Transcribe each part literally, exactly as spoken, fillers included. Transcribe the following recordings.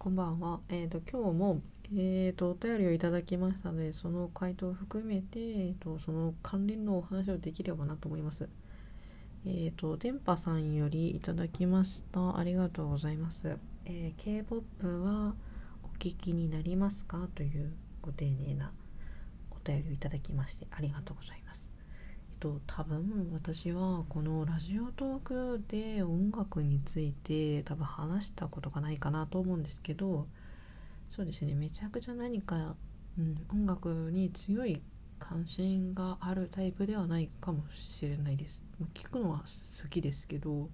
こんばんは。えっ、と、今日も、えっ、と、お便りをいただきましたので、その回答を含めて、えっ、と、その関連のお話をできればなと思います。えっ、と、電波さんよりいただきました。ありがとうございます。えー、K-ポップ はお聞きになりますかというご丁寧なお便りをいただきまして、ありがとうございます。えっと、多分私はこのラジオトークで音楽について多分話したことがないかなと思うんですけど、そうですね、めちゃくちゃ何か、うん、音楽に強い関心があるタイプではないかもしれないです。聞くのは好きですけど、うん、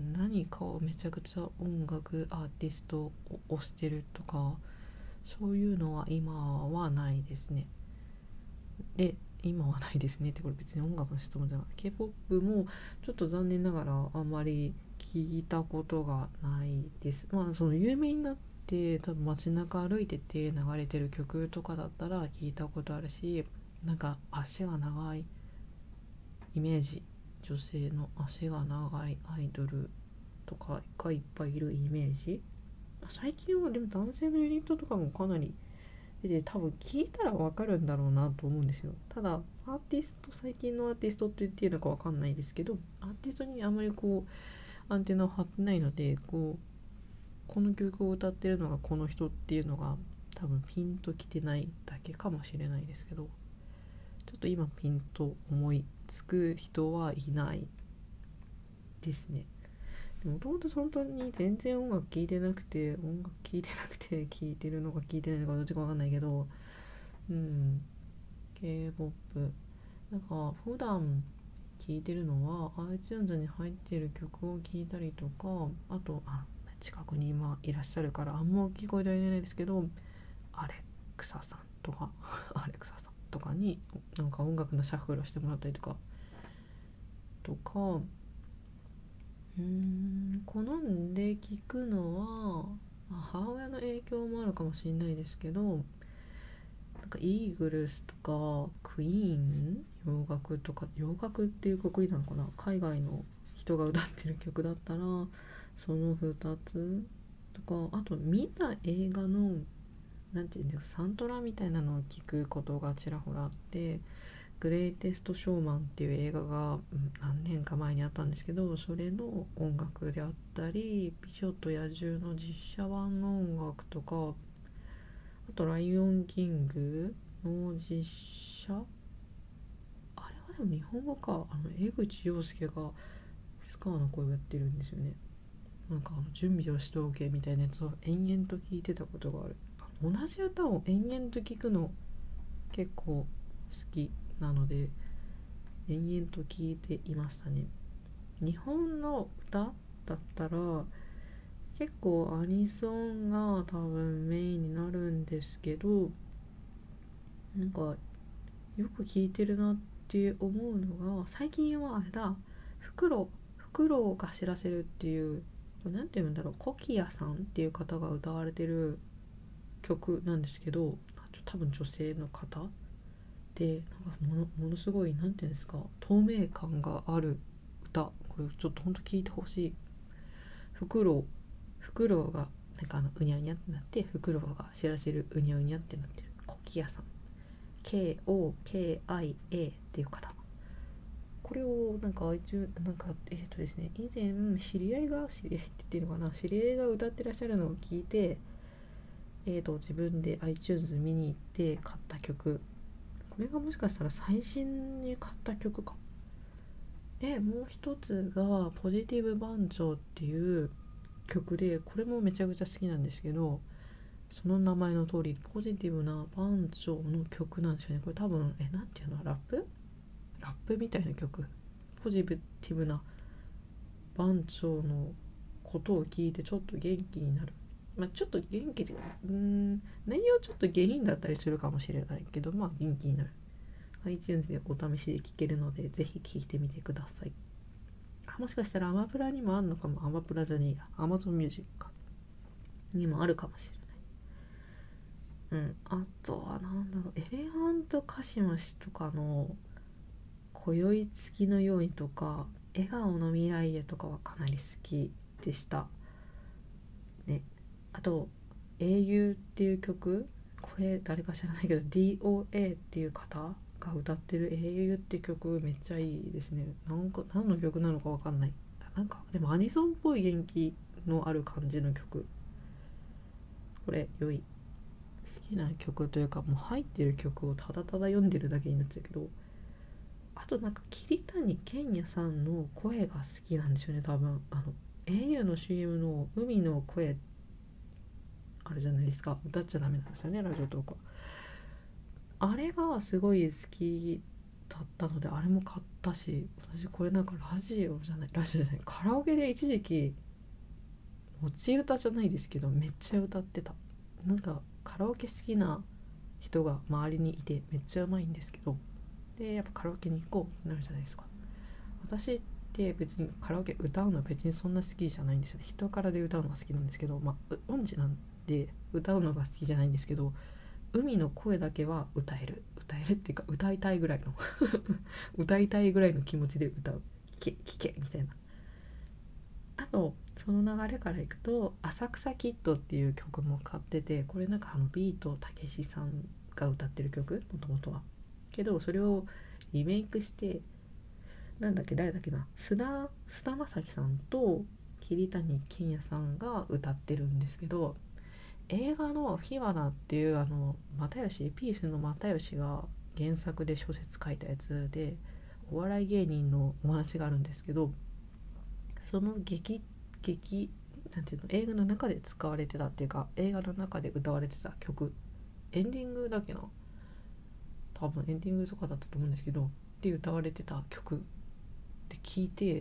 何かをめちゃくちゃ音楽アーティストを推してるとかそういうのは今はないですね。で今はないですねってこれ別に音楽の質問じゃない。 K-ポップ もちょっと残念ながらあんまり聞いたことがないです。まあその有名になって多分街中歩いてて流れてる曲とかだったら聞いたことあるし、なんか足が長いイメージ、女性の足が長いアイドルとかがいっぱいいるイメージ。最近はでも男性のユニットとかもかなりで多分聞いたらわかるんだろうなと思うんですよ。ただアーティスト、最近のアーティストって言っていいのかわかんないですけど、アーティストにあんまりこうアンテナを張ってないので、こうこの曲を歌ってるのがこの人っていうのが多分ピンときてないだけかもしれないですけど、ちょっと今ピンと思いつく人はいないですね。もともと本当に全然音楽聴いてなくて、音楽聴いてなくて聴いてるのか聴いてないのかどっちかわかんないけど、うん、K-ポップ なんか普段聴いてるのは iTunes に入ってる曲を聴いたりとか、あとあ近くに今いらっしゃるからあんま聞こえてはいないですけど、アレクサさんとかアレクサさんとかになんか音楽のシャッフルをしてもらったりとかとか、うーん好んで聞くのは、まあ、母親の影響もあるかもしれないですけど、なんかイーグルスとかクイーン、洋楽とか、洋楽っていうくくりなのかな、海外の人が歌ってる曲だったらそのふたつとか、あと見た映画のなんていうんですか、サントラみたいなのを聞くことがちらほらあって、グレイテストショーマンっていう映画が、うん、何年か前にあったんですけど、それの音楽であったり、美女と野獣の実写版の音楽とか、あとライオンキングの実写、あれはでも日本語か、あの江口洋介がスカーの声をやってるんですよね。なんかあの準備をしておけみたいなやつを延々と聞いてたことがある。同じ歌を延々と聞くの結構好きなので延々と聞いていましたね。日本の歌だったら結構アニソンが多分メインになるんですけど、なんかよく聞いてるなって思うのが、最近はあれだ、フクロウフクロウが知らせるっていう、なんていうんだろう、コキヤさんっていう方が歌われてる曲なんですけど、多分女性の方で、なんかものものすごいなんていうんですか、透明感がある歌、これちょっとほんと聞いてほしい。フクロウフクロウがなんかあのうにゃうにゃってなって、フクロウが知らせるうにゃうにゃってなってるコキヤさん、 ケーオーケーアイエー っていう方、これをなんか iTunes なんかえっ、ー、とですね、以前知り合いが知り合いって言っていいのかな、知り合いが歌ってらっしゃるのを聞いて、えーと自分で iTunes 見に行って買った曲、これがもしかしたら最新に買った曲か。でもう一つがポジティブ番長っていう曲で、これもめちゃくちゃ好きなんですけど、その名前の通りポジティブな番長の曲なんですよね。これ多分えなんていうの、ラップラップみたいな曲、ポジティブな番長のことを聞いてちょっと元気になる。まあちょっと元気で、うーん内容ちょっと下品だったりするかもしれないけど、まあ元気になる。 iTunes でお試しで聴けるのでぜひ聴いてみてください。あ、もしかしたらアマプラにもあるのかも。アマプラじゃねえや、 Amazon Music にもあるかもしれない。うん、あとはなんだろう、エレファントカシマシとかの今宵月のようにとか、笑顔の未来へとかはかなり好きでしたね。 と英雄っていう曲、これ誰か知らないけど ディーオーエー っていう方が歌ってる英雄っていう曲めっちゃいいですね。なんか何の曲なのかわかんない。なんかでもアニソンっぽい元気のある感じの曲、これ良い。好きな曲というか、もう入ってる曲をただただ読んでるだけになっちゃうけど、あとなんか桐谷健也さんの声が好きなんですよね。多分あの au の シーエム の海の声あるじゃないですか、歌っちゃダメなんですよね、ラジオとか。あれがすごい好きだったので、あれも買ったし、私これなんかラジオじゃないラジオじゃないカラオケで一時期持ち歌じゃないですけどめっちゃ歌ってた。なんかカラオケ好きな人が周りにいてめっちゃうまいんですけど、でやっぱカラオケに行こうってなるじゃないですか。私って別にカラオケ歌うのは別にそんな好きじゃないんですよね。人からで歌うのが好きなんですけど、まあ音痴なんで歌うのが好きじゃないんですけど、海の声だけは歌える歌えるっていうか歌いたいぐらいの歌いたいぐらいの気持ちで歌う。聞け聞けみたいな。あとその流れからいくと浅草キッドっていう曲も買ってて、これなんかあのビートたけしさんが歌ってる曲、もともとはけどそれをリメイクして、なんだっけ誰だっけな須田須田将暉さんと桐谷健也さんが歌ってるんですけど、映画の「火花」っていうあの又吉ピースの又吉が原作で小説書いたやつで、お笑い芸人のお話があるんですけど、その劇劇なんていうの映画の中で使われてたっていうか、映画の中で歌われてた曲、エンディングだっけな、多分エンディングとかだったと思うんですけど、で歌われてた曲って聞いて、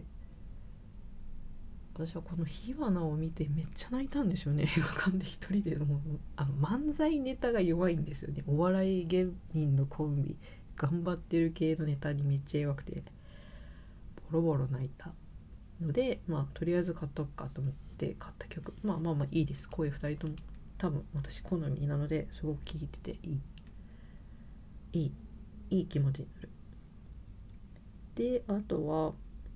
私はこの火花を見てめっちゃ泣いたんですよね。映画館で一人で。もうあの漫才ネタが弱いんですよね。お笑い芸人のコンビ頑張ってる系のネタにめっちゃ弱くてボロボロ泣いたので、まあとりあえず買っとくかと思って買った曲。まあまあまあいいです。声ふたりとも多分私好みなのですごく聴いてていいいいいい気持ちになる。であとは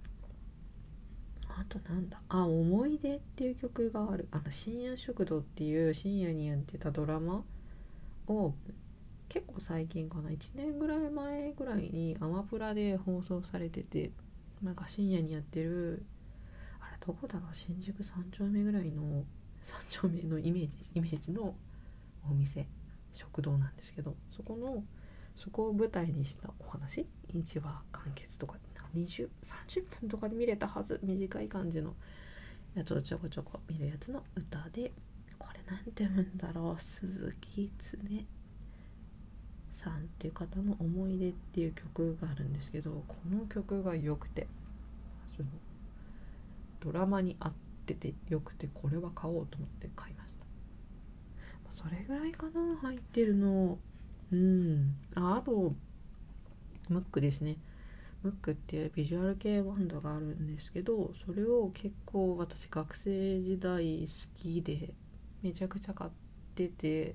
あとなんだあ思い出っていう曲がある。あの深夜食堂っていう深夜にやってたドラマを結構最近かな、いちねんぐらい前ぐらいにアマプラで放送されてて、なんか深夜にやってる、あれどこだろう、新宿さん丁目ぐらいのさん丁目のイメージイメージのお店食堂なんですけど、そこのそこを舞台にしたお話、いちわ完結とかにじゅう、さんじゅっぷんとかで見れたはず、短い感じのやつをちょこちょこ見るやつの歌で、これなんて読むんだろう、鈴木つねさんっていう方の思い出っていう曲があるんですけど、この曲が良くて、そのドラマに合ってて良くて、これは買おうと思って買いました。それぐらいかな入ってるの。うんああとムックですね。ムックっていうビジュアル系バンドがあるんですけど、それを結構私学生時代好きでめちゃくちゃ買ってて、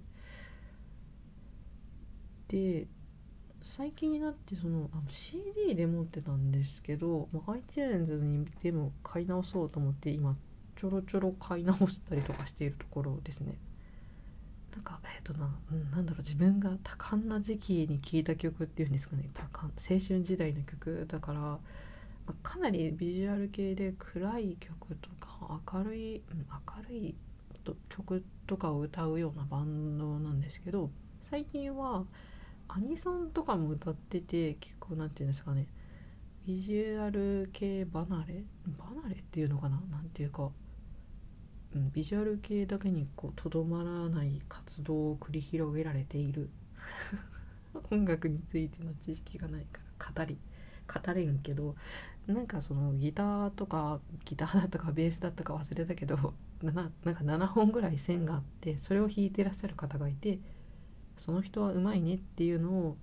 で最近になってそのあの シーディー で持ってたんですけど、まあ、iTunes にでも買い直そうと思って今ちょろちょろ買い直したりとかしているところですね。なんかえっ、ー、とな、うん、なんだろう、自分が多感な時期に聴いた曲っていうんですかね、多感青春時代の曲だから、まあ、かなりビジュアル系で暗い曲とか明るい、うん、明るい曲とかを歌うようなバンドなんですけど、最近はアニソンとかも歌ってて、結構なんていうんですかね、ビジュアル系離れ離れっていうのかな、なんていうか、うん、ビジュアル系だけにこうとどまらない活動を繰り広げられている音楽についての知識がないから語り語れんけど、なんかそのギターとかギターだとかベースだとか忘れたけど、ななんかななほんぐらい線があって、それを弾いてらっしゃる方がいて、その人はうまいねっていうのを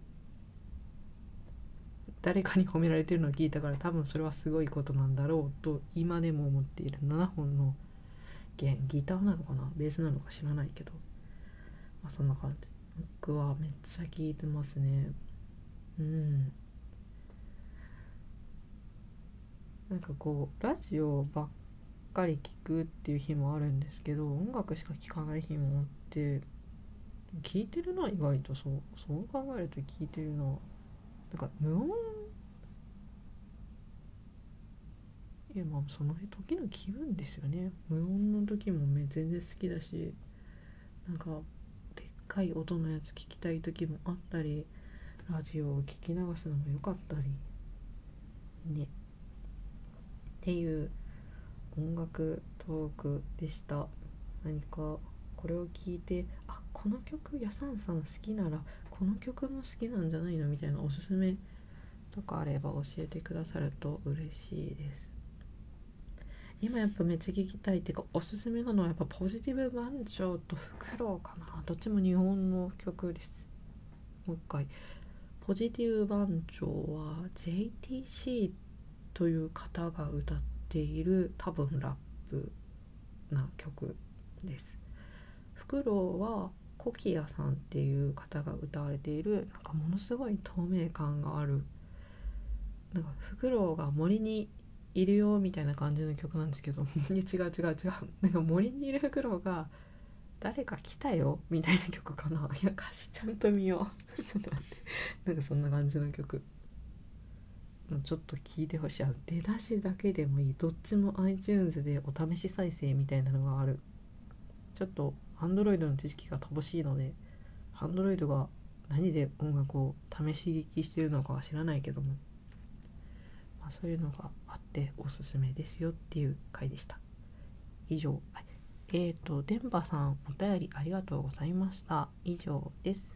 誰かに褒められてるのを聞いたから、多分それはすごいことなんだろうと今でも思っている。ななほんの弦、ギターなのかなベースなのか知らないけど、まあ、そんな感じ。僕はめっちゃ聴いてますね。うんなんかこうラジオばっかり聴くっていう日もあるんですけど、音楽しか聴かない日もあって、聴いてるな、意外と。そうそう考えると聴いてるな。なんか無音、いやまあその時の気分ですよね。無音の時もめ全然好きだし、なんかでっかい音のやつ聞きたい時もあったり、ラジオを聞き流すのも良かったりねっていう音楽トークでした。何かこれを聞いて、あ、この曲やさんさん好きならこの曲も好きなんじゃないのみたいなおすすめとかあれば教えてくださると嬉しいです。今やっぱめっちゃ聞きたいっていうか、おすすめなのはやっぱポジティブ番長とフクロウかな。どっちも日本の曲です。もう一回、ポジティブ番長は ジェイティーシー という方が歌っている多分ラップな曲です。フクロウはコキヤさんっていう方が歌われている、なんかものすごい透明感がある、なんかフクロウが森にいるよみたいな感じの曲なんですけどいや違う違う違う、なんか森にいるフクロウが誰か来たよみたいな曲かな。いや歌詞ちゃんと見ようちょっと待って、なんかそんな感じの曲、ちょっと聞いてほしい。出だしだけでもいい。どっちも iTunes でお試し再生みたいなのがある。ちょっと Android の知識が乏しいので、 Android が何で音楽を試し聞きしてるのかは知らないけども、まあ、そういうのがあっておすすめですよっていう回でした。以上、えーと電波さんお便りありがとうございました。以上です。